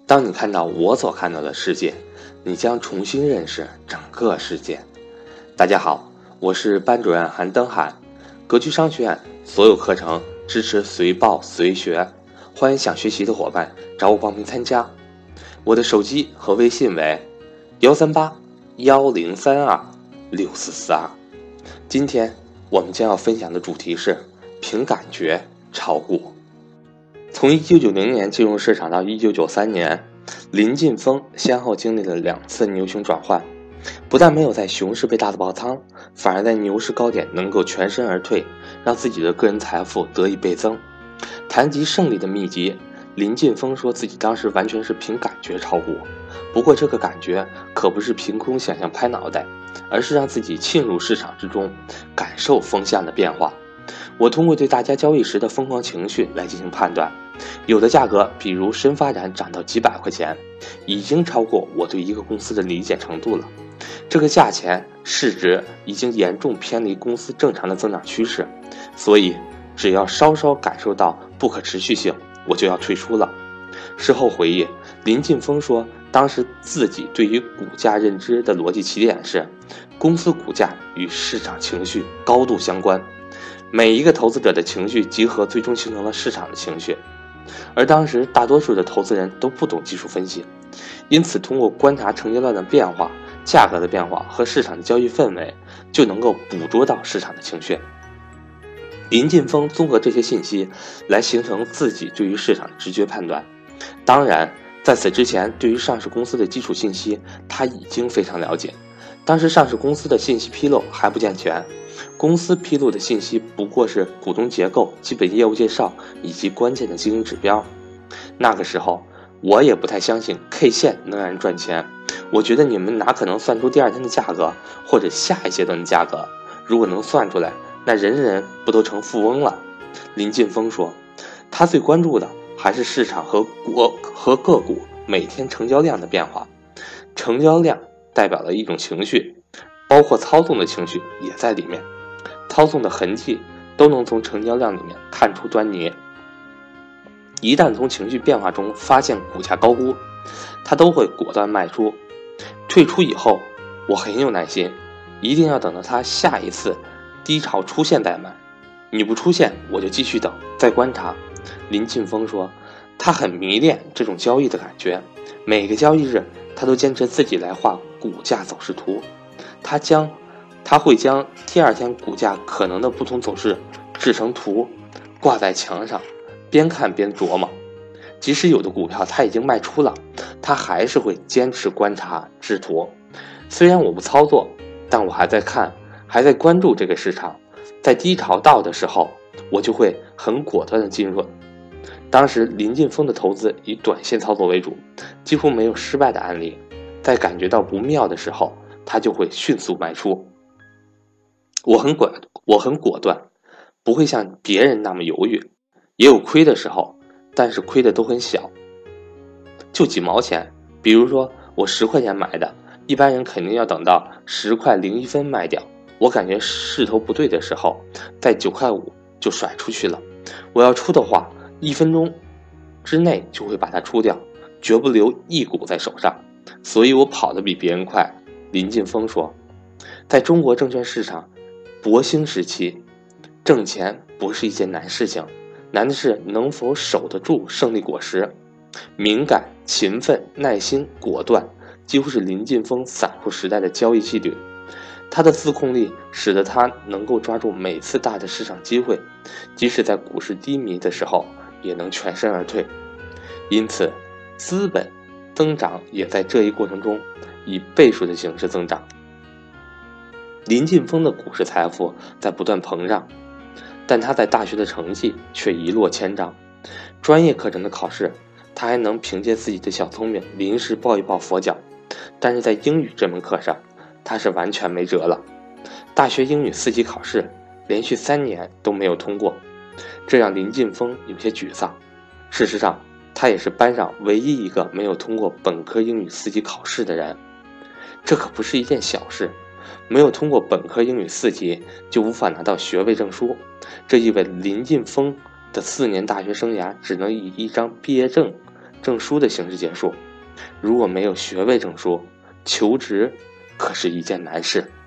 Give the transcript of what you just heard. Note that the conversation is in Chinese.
当你看到我所看到的世界，你将重新认识整个世界。大家好，我是班主任韩登海，格局商学院所有课程支持随报随学，欢迎想学习的伙伴找我报名参加。我的手机和微信为13810326442。今天我们将要分享的主题是凭感觉炒股。从1990年进入市场到1993年，林晋峰先后经历了2次牛熊转换，不但没有在熊市被大的爆仓，反而在牛市高点能够全身而退，让自己的个人财富得以倍增。谈及胜利的秘籍，林晋峰说自己当时完全是凭感觉炒股，不过这个感觉可不是凭空想象拍脑袋，而是让自己浸入市场之中，感受风向的变化。我通过对大家交易时的疯狂情绪来进行判断，有的价格比如深发展涨到几百块钱，已经超过我对一个公司的理解程度了，这个价钱市值已经严重偏离公司正常的增长趋势，所以只要稍稍感受到不可持续性，我就要退出了。事后回忆，林晋峰说当时自己对于股价认知的逻辑起点是公司股价与市场情绪高度相关，每一个投资者的情绪集合最终形成了市场的情绪，而当时大多数的投资人都不懂技术分析，因此通过观察成交量的变化、价格的变化和市场的交易氛围，就能够捕捉到市场的情绪。林晋峰综合这些信息来形成自己对于市场的直觉判断。当然在此之前，对于上市公司的基础信息他已经非常了解，当时上市公司的信息披露还不健全，公司披露的信息不过是股东结构、基本业务介绍以及关键的经营指标。那个时候我也不太相信 K 线能让人赚钱，我觉得你们哪可能算出第二天的价格或者下一阶段的价格，如果能算出来，那人人不都成富翁了。林晋峰说他最关注的还是市场和个股每天成交量的变化，成交量代表了一种情绪，包括操纵的情绪也在里面，操纵的痕迹都能从成交量里面看出端倪。一旦从情绪变化中发现股价高估，他都会果断卖出。退出以后我很有耐心，一定要等到他下一次低潮出现再买，你不出现我就继续等，再观察。林晋峰说他很迷恋这种交易的感觉，每个交易日他都坚持自己来画股价走势图，他会将第二天股价可能的不同走势制成图挂在墙上，边看边琢磨。即使有的股票他已经卖出了，他还是会坚持观察制图。虽然我不操作，但我还在看，还在关注这个市场，在低潮到的时候我就会很果断的进入。当时林晋峰的投资以短线操作为主，几乎没有失败的案例，在感觉到不妙的时候他就会迅速卖出。我很果断，不会像别人那么犹豫，也有亏的时候，但是亏的都很小，就几毛钱。比如说我10块钱买的，一般人肯定要等到10块01分卖掉，我感觉势头不对的时候，在9块5就甩出去了。我要出的话，1分钟之内就会把它出掉，绝不留一股在手上，所以我跑得比别人快。林晋峰说在中国证券市场勃兴时期，挣钱不是一件难事情，难的是能否守得住胜利果实。敏感、勤奋、耐心、果断，几乎是林晋峰散户时代的交易纪律。他的自控力使得他能够抓住每次大的市场机会，即使在股市低迷的时候也能全身而退。因此资本增长也在这一过程中以倍数的形式增长。林晋峰的股市财富在不断膨胀，但他在大学的成绩却一落千丈。专业课程的考试他还能凭借自己的小聪明临时抱一抱佛脚，但是在英语这门课上他是完全没辙了。大学英语4级考试连续3年都没有通过，这让林晋峰有些沮丧。事实上他也是班上唯一一个没有通过本科英语4级考试的人，这可不是一件小事。没有通过本科英语4级就无法拿到学位证书，这意味着林晋峰的4年大学生涯只能以一张毕业证证书的形式结束。如果没有学位证书，求职可是一件难事。